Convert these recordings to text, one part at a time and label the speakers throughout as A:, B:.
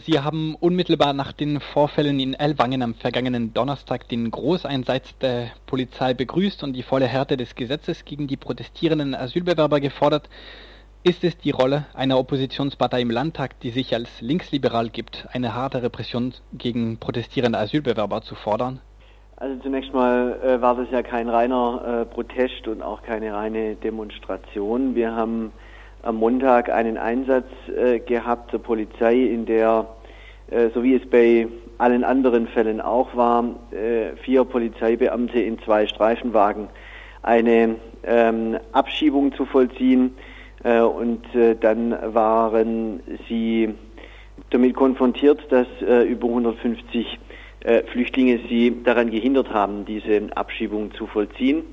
A: Sie haben unmittelbar nach den Vorfällen in Ellwangen am vergangenen Donnerstag den Großeinsatz der Polizei begrüßt und die volle Härte des Gesetzes gegen die protestierenden Asylbewerber gefordert. Ist es die Rolle einer Oppositionspartei im Landtag, die sich als linksliberal gibt, eine harte Repression gegen protestierende Asylbewerber zu fordern?
B: Also zunächst mal war das ja kein reiner Protest und auch keine reine Demonstration. Wir haben am Montag einen Einsatz gehabt der Polizei, in der, so wie es bei allen anderen Fällen auch war, 4 Polizeibeamte in 2 Streifenwagen eine Abschiebung zu vollziehen. Und dann waren sie damit konfrontiert, dass über 150 Flüchtlinge sie daran gehindert haben, diese Abschiebung zu vollziehen.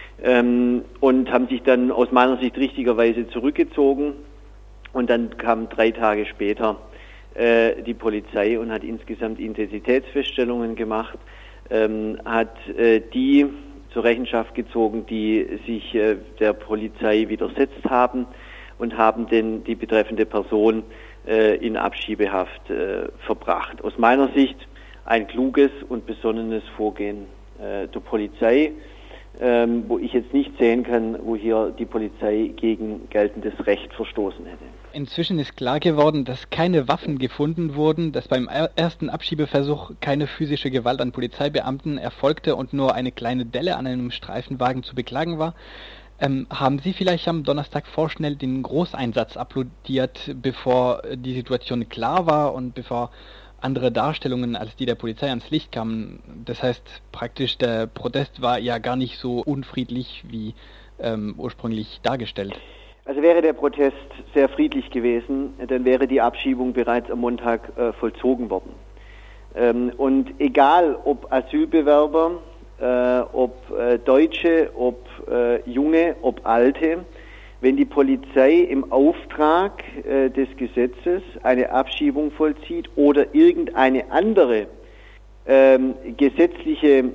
B: Und haben sich dann aus meiner Sicht richtigerweise zurückgezogen. Und dann kam 3 Tage später die Polizei und hat insgesamt Intensitätsfeststellungen gemacht, hat die zur Rechenschaft gezogen, die sich der Polizei widersetzt haben und haben die betreffende Person in Abschiebehaft verbracht. Aus meiner Sicht ein kluges und besonnenes Vorgehen der Polizei, wo ich jetzt nicht sehen kann, wo hier die Polizei gegen geltendes Recht verstoßen hätte.
A: Inzwischen ist klar geworden, dass keine Waffen gefunden wurden, dass beim ersten Abschiebeversuch keine physische Gewalt an Polizeibeamten erfolgte und nur eine kleine Delle an einem Streifenwagen zu beklagen war. Haben Sie vielleicht am Donnerstag vorschnell den Großeinsatz applaudiert, bevor die Situation klar war und bevor andere Darstellungen als die der Polizei ans Licht kamen? Das heißt, praktisch der Protest war ja gar nicht so unfriedlich wie ursprünglich dargestellt.
B: Also wäre der Protest sehr friedlich gewesen, dann wäre die Abschiebung bereits am Montag vollzogen worden. Und egal ob Asylbewerber, ob Deutsche, ob Junge, ob Alte, wenn die Polizei im Auftrag des Gesetzes eine Abschiebung vollzieht oder irgendeine andere gesetzliche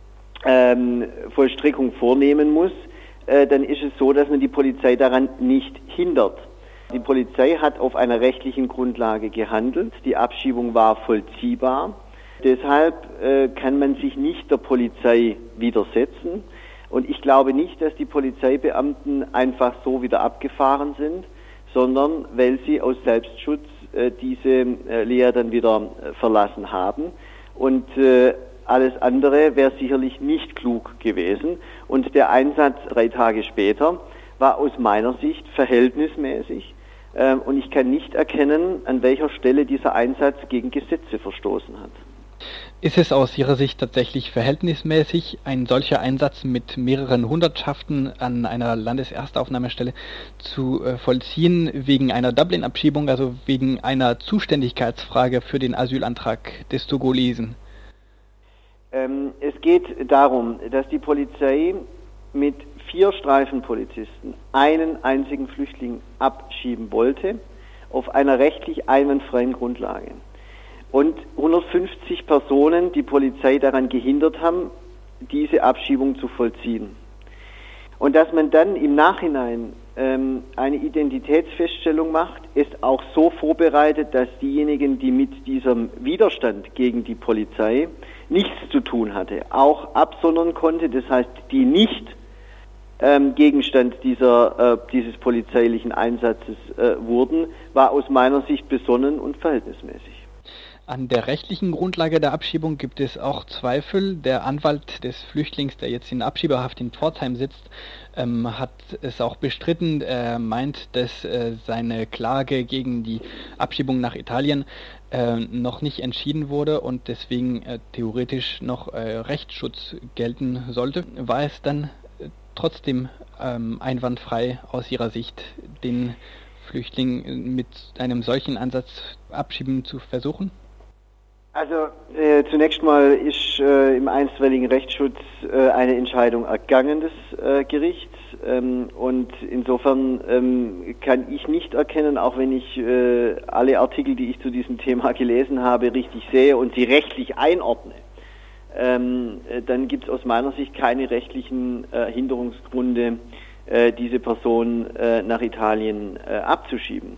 B: Vollstreckung vornehmen muss, dann ist es so, dass man die Polizei daran nicht hindert. Die Polizei hat auf einer rechtlichen Grundlage gehandelt, die Abschiebung war vollziehbar. Deshalb kann man sich nicht der Polizei widersetzen. Und ich glaube nicht, dass die Polizeibeamten einfach so wieder abgefahren sind, sondern weil sie aus Selbstschutz diese Lehre dann wieder verlassen haben. Und alles andere wäre sicherlich nicht klug gewesen. Und der Einsatz 3 Tage später war aus meiner Sicht verhältnismäßig. Und ich kann nicht erkennen, an welcher Stelle dieser Einsatz gegen Gesetze verstoßen hat.
A: Ist es aus Ihrer Sicht tatsächlich verhältnismäßig, ein solcher Einsatz mit mehreren Hundertschaften an einer Landeserstaufnahmestelle zu vollziehen wegen einer Dublin-Abschiebung, also wegen einer Zuständigkeitsfrage für den Asylantrag des Togolesen?
B: Es geht darum, dass die Polizei mit 4 Streifenpolizisten einen einzigen Flüchtling abschieben wollte, auf einer rechtlich einwandfreien Grundlage. Und 150 Personen die Polizei daran gehindert haben, diese Abschiebung zu vollziehen. Und dass man dann im Nachhinein eine Identitätsfeststellung macht, ist auch so vorbereitet, dass diejenigen, die mit diesem Widerstand gegen die Polizei nichts zu tun hatte, auch absondern konnte, das heißt, die nicht Gegenstand dieses polizeilichen Einsatzes wurden, war aus meiner Sicht besonnen und verhältnismäßig.
A: An der rechtlichen Grundlage der Abschiebung gibt es auch Zweifel. Der Anwalt des Flüchtlings, der jetzt in Abschiebehaft in Pforzheim sitzt, hat es auch bestritten. Er meint, dass seine Klage gegen die Abschiebung nach Italien noch nicht entschieden wurde und deswegen theoretisch noch Rechtsschutz gelten sollte. War es dann trotzdem einwandfrei aus Ihrer Sicht, den Flüchtling mit einem solchen Ansatz abschieben zu versuchen?
B: Also zunächst mal ist im einstweiligen Rechtsschutz eine Entscheidung ergangen des Gerichts und insofern kann ich nicht erkennen, auch wenn ich alle Artikel, die ich zu diesem Thema gelesen habe, richtig sehe und sie rechtlich einordne, dann gibt es aus meiner Sicht keine rechtlichen Hinderungsgründe, diese Person nach Italien abzuschieben.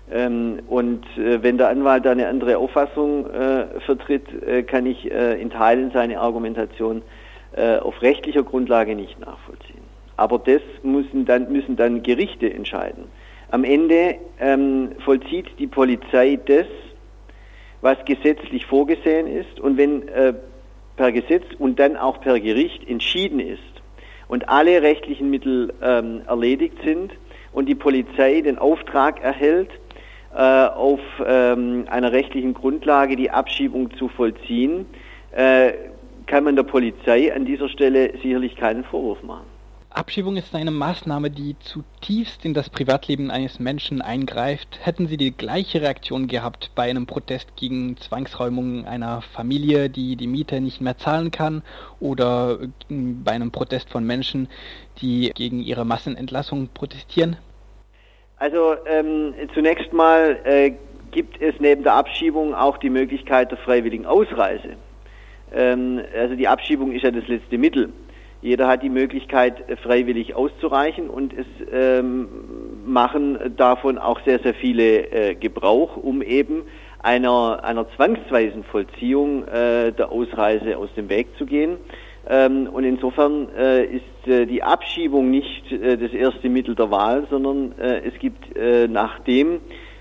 B: Wenn der Anwalt da eine andere Auffassung vertritt, kann ich in Teilen seine Argumentation auf rechtlicher Grundlage nicht nachvollziehen. Aber das müssen dann Gerichte entscheiden. Am Ende vollzieht die Polizei das, was gesetzlich vorgesehen ist, und wenn per Gesetz und dann auch per Gericht entschieden ist und alle rechtlichen Mittel erledigt sind und die Polizei den Auftrag erhält, auf einer rechtlichen Grundlage die Abschiebung zu vollziehen, kann man der Polizei an dieser Stelle sicherlich keinen Vorwurf machen.
A: Abschiebung ist eine Maßnahme, die zutiefst in das Privatleben eines Menschen eingreift. Hätten Sie die gleiche Reaktion gehabt bei einem Protest gegen Zwangsräumung einer Familie, die die Miete nicht mehr zahlen kann, oder bei einem Protest von Menschen, die gegen ihre Massenentlassung protestieren?
B: Also zunächst mal gibt es neben der Abschiebung auch die Möglichkeit der freiwilligen Ausreise. Also die Abschiebung ist ja das letzte Mittel. Jeder hat die Möglichkeit, freiwillig auszureichen, und es machen davon auch sehr, sehr viele Gebrauch, um eben einer zwangsweisen Vollziehung der Ausreise aus dem Weg zu gehen. Und insofern ist die Abschiebung nicht das erste Mittel der Wahl, sondern es gibt, nachdem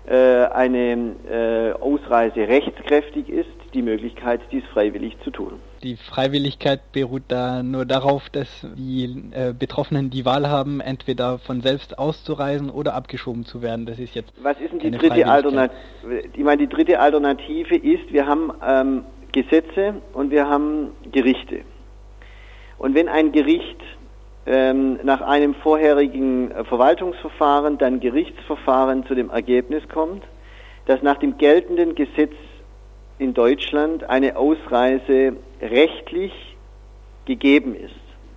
B: eine Ausreise rechtskräftig ist, die Möglichkeit, dies freiwillig zu tun.
A: Die Freiwilligkeit beruht da nur darauf, dass die Betroffenen die Wahl haben, entweder von selbst auszureisen oder abgeschoben zu werden. Das ist jetzt.
B: Was ist denn die dritte Alternative? Ich meine, die dritte Alternative ist, wir haben Gesetze und wir haben Gerichte. Und wenn ein Gericht nach einem vorherigen Verwaltungsverfahren, dann Gerichtsverfahren zu dem Ergebnis kommt, dass nach dem geltenden Gesetz in Deutschland eine Ausreise rechtlich gegeben ist,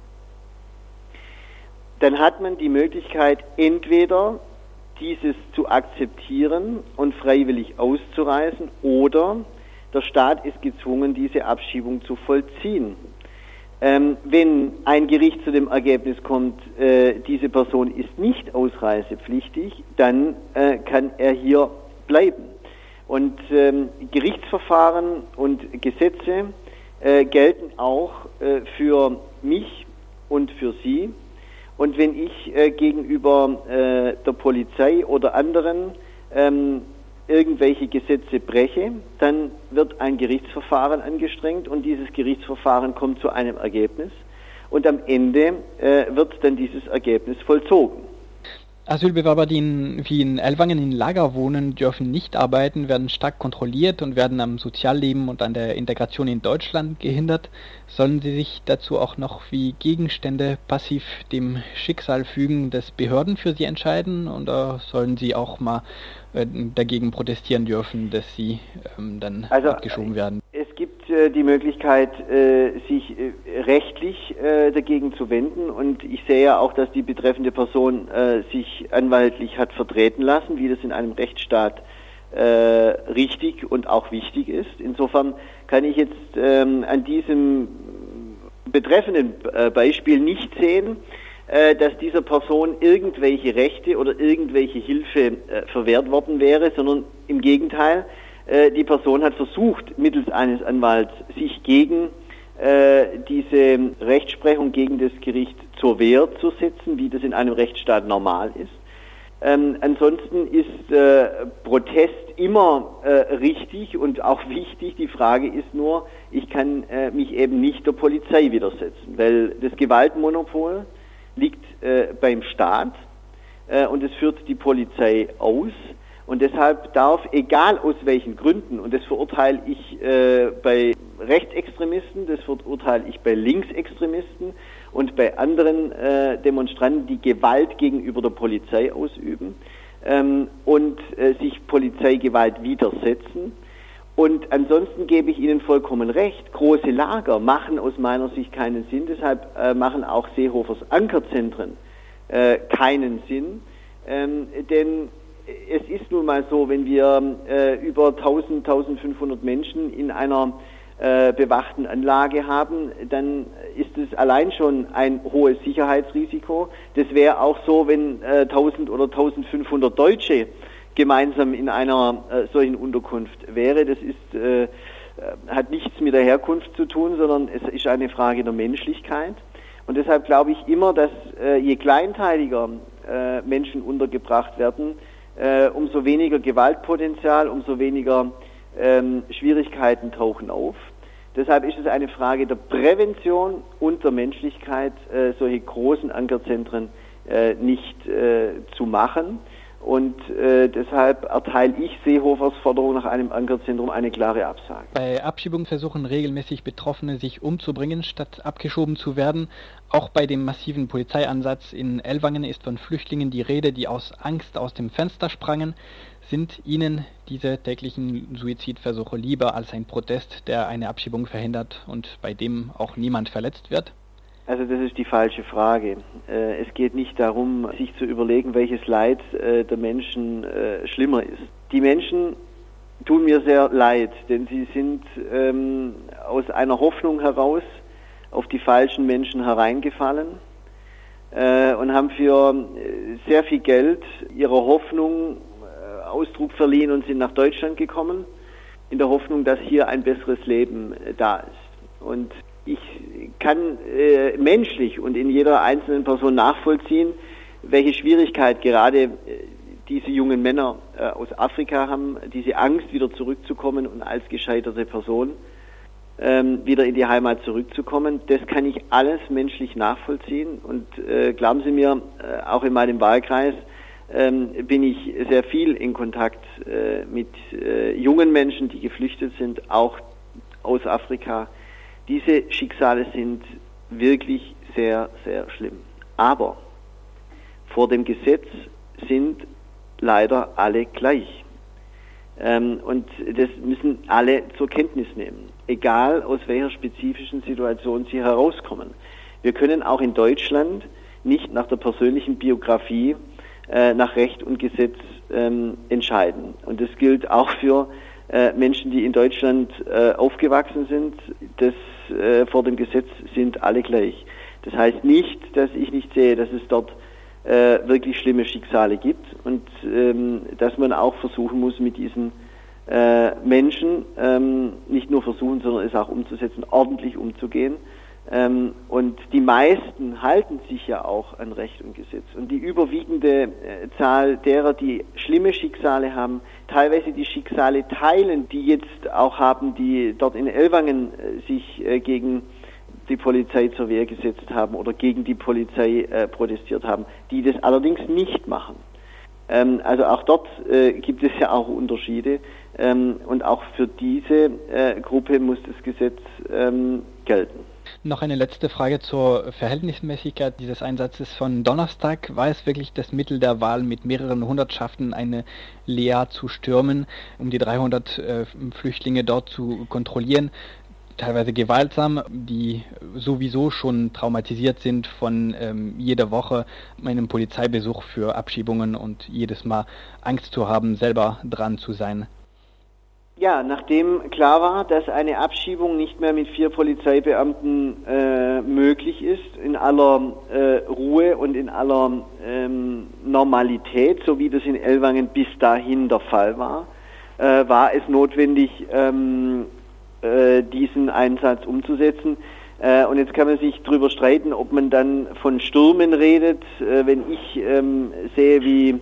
B: dann hat man die Möglichkeit, entweder dieses zu akzeptieren und freiwillig auszureisen, oder der Staat ist gezwungen, diese Abschiebung zu vollziehen. Wenn ein Gericht zu dem Ergebnis kommt, diese Person ist nicht ausreisepflichtig, dann kann er hier bleiben. Und Gerichtsverfahren und Gesetze gelten auch für mich und für Sie. Und wenn ich gegenüber der Polizei oder anderen irgendwelche Gesetze breche, dann wird ein Gerichtsverfahren angestrengt, und dieses Gerichtsverfahren kommt zu einem Ergebnis, und am Ende wird dann dieses Ergebnis vollzogen.
A: Asylbewerber, die wie in Ellwangen in Lager wohnen, dürfen nicht arbeiten, werden stark kontrolliert und werden am Sozialleben und an der Integration in Deutschland gehindert. Sollen sie sich dazu auch noch wie Gegenstände passiv dem Schicksal fügen, das Behörden für sie entscheiden, oder sollen sie auch mal dagegen protestieren dürfen, dass sie dann abgeschoben werden?
B: Es gibt die Möglichkeit, sich rechtlich dagegen zu wenden, und ich sehe ja auch, dass die betreffende Person sich anwaltlich hat vertreten lassen, wie das in einem Rechtsstaat richtig und auch wichtig ist. Insofern kann ich jetzt an diesem betreffenden Beispiel nicht sehen, dass dieser Person irgendwelche Rechte oder irgendwelche Hilfe verwehrt worden wäre, sondern im Gegenteil, die Person hat versucht, mittels eines Anwalts sich gegen diese Rechtsprechung, gegen das Gericht zur Wehr zu setzen, wie das in einem Rechtsstaat normal ist. Ansonsten ist Protest immer richtig und auch wichtig. Die Frage ist nur, ich kann mich eben nicht der Polizei widersetzen, weil das Gewaltmonopol liegt beim Staat und es führt die Polizei aus. Und deshalb darf, egal aus welchen Gründen, und das verurteile ich bei Rechtsextremisten, das verurteile ich bei Linksextremisten und bei anderen Demonstranten, die Gewalt gegenüber der Polizei ausüben und sich Polizeigewalt widersetzen. Und ansonsten gebe ich Ihnen vollkommen recht, große Lager machen aus meiner Sicht keinen Sinn, deshalb machen auch Seehofers Ankerzentren keinen Sinn, denn es ist nun mal so, wenn wir über 1000, 1500 Menschen in einer bewachten Anlage haben, dann ist es allein schon ein hohes Sicherheitsrisiko. Das wäre auch so, wenn 1000 oder 1500 Deutsche gemeinsam in einer solchen Unterkunft wäre. Das ist, hat nichts mit der Herkunft zu tun, sondern es ist eine Frage der Menschlichkeit. Und deshalb glaube ich immer, dass je kleinteiliger Menschen untergebracht werden, umso weniger Gewaltpotenzial, umso weniger Schwierigkeiten tauchen auf. Deshalb ist es eine Frage der Prävention und der Menschlichkeit, solche großen Ankerzentren nicht zu machen. Und deshalb erteile ich Seehofers Forderung nach einem Ankerzentrum eine klare Absage.
A: Bei Abschiebungen versuchen regelmäßig Betroffene, sich umzubringen, statt abgeschoben zu werden. Auch bei dem massiven Polizeieinsatz in Ellwangen ist von Flüchtlingen die Rede, die aus Angst aus dem Fenster sprangen. Sind Ihnen diese täglichen Suizidversuche lieber als ein Protest, der eine Abschiebung verhindert und bei dem auch niemand verletzt wird?
B: Also das ist die falsche Frage. Es geht nicht darum, sich zu überlegen, welches Leid der Menschen schlimmer ist. Die Menschen tun mir sehr leid, denn sie sind aus einer Hoffnung heraus auf die falschen Menschen hereingefallen und haben für sehr viel Geld ihrer Hoffnung Ausdruck verliehen und sind nach Deutschland gekommen, in der Hoffnung, dass hier ein besseres Leben da ist. Und ich kann menschlich und in jeder einzelnen Person nachvollziehen, welche Schwierigkeit gerade diese jungen Männer aus Afrika haben, diese Angst, wieder zurückzukommen und als gescheiterte Person wieder in die Heimat zurückzukommen. Das kann ich alles menschlich nachvollziehen und glauben Sie mir, auch in meinem Wahlkreis bin ich sehr viel in Kontakt mit jungen Menschen, die geflüchtet sind, auch aus Afrika. Diese Schicksale sind wirklich sehr, sehr schlimm. Aber vor dem Gesetz sind leider alle gleich. Und das müssen alle zur Kenntnis nehmen, egal aus welcher spezifischen Situation sie herauskommen. Wir können auch in Deutschland nicht nach der persönlichen Biografie nach Recht und Gesetz entscheiden. Und das gilt auch für Menschen, die in Deutschland aufgewachsen sind. Vor dem Gesetz sind alle gleich. Das heißt nicht, dass ich nicht sehe, dass es dort wirklich schlimme Schicksale gibt und dass man auch versuchen muss, mit diesen Menschen nicht nur versuchen, sondern es auch umzusetzen, ordentlich umzugehen. Und die meisten halten sich ja auch an Recht und Gesetz. Und die überwiegende Zahl derer, die schlimme Schicksale haben, teilweise die Schicksale teilen, die jetzt auch haben, die dort in Ellwangen sich gegen die Polizei zur Wehr gesetzt haben oder gegen die Polizei protestiert haben, die das allerdings nicht machen. Also auch dort gibt es ja auch Unterschiede und auch für diese Gruppe muss das Gesetz gelten.
A: Noch eine letzte Frage zur Verhältnismäßigkeit dieses Einsatzes von Donnerstag. War es wirklich das Mittel der Wahl, mit mehreren Hundertschaften eine Lea zu stürmen, um die 300 Flüchtlinge dort zu kontrollieren? Teilweise gewaltsam, die sowieso schon traumatisiert sind von jeder Woche einem Polizeibesuch für Abschiebungen und jedes Mal Angst zu haben, selber dran zu sein.
B: Ja, nachdem klar war, dass eine Abschiebung nicht mehr mit 4 Polizeibeamten möglich ist, in aller Ruhe und in aller Normalität, so wie das in Ellwangen bis dahin der Fall war, war es notwendig, diesen Einsatz umzusetzen. Und jetzt kann man sich darüber streiten, ob man dann von Stürmen redet. Wenn ich sehe, wie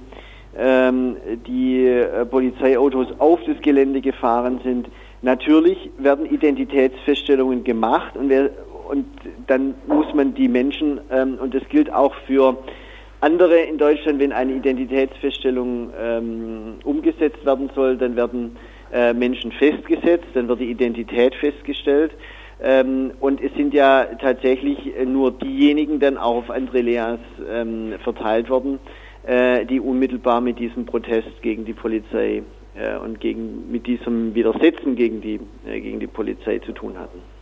B: die Polizeiautos auf das Gelände gefahren sind. Natürlich werden Identitätsfeststellungen gemacht und dann muss man die Menschen, und das gilt auch für andere in Deutschland, wenn eine Identitätsfeststellung umgesetzt werden soll, dann werden Menschen festgesetzt, dann wird die Identität festgestellt. Und es sind ja tatsächlich nur diejenigen dann auch auf andere Leas verteilt worden, die unmittelbar mit diesem Protest gegen die Polizei und mit diesem Widersetzen gegen die Polizei zu tun hatten.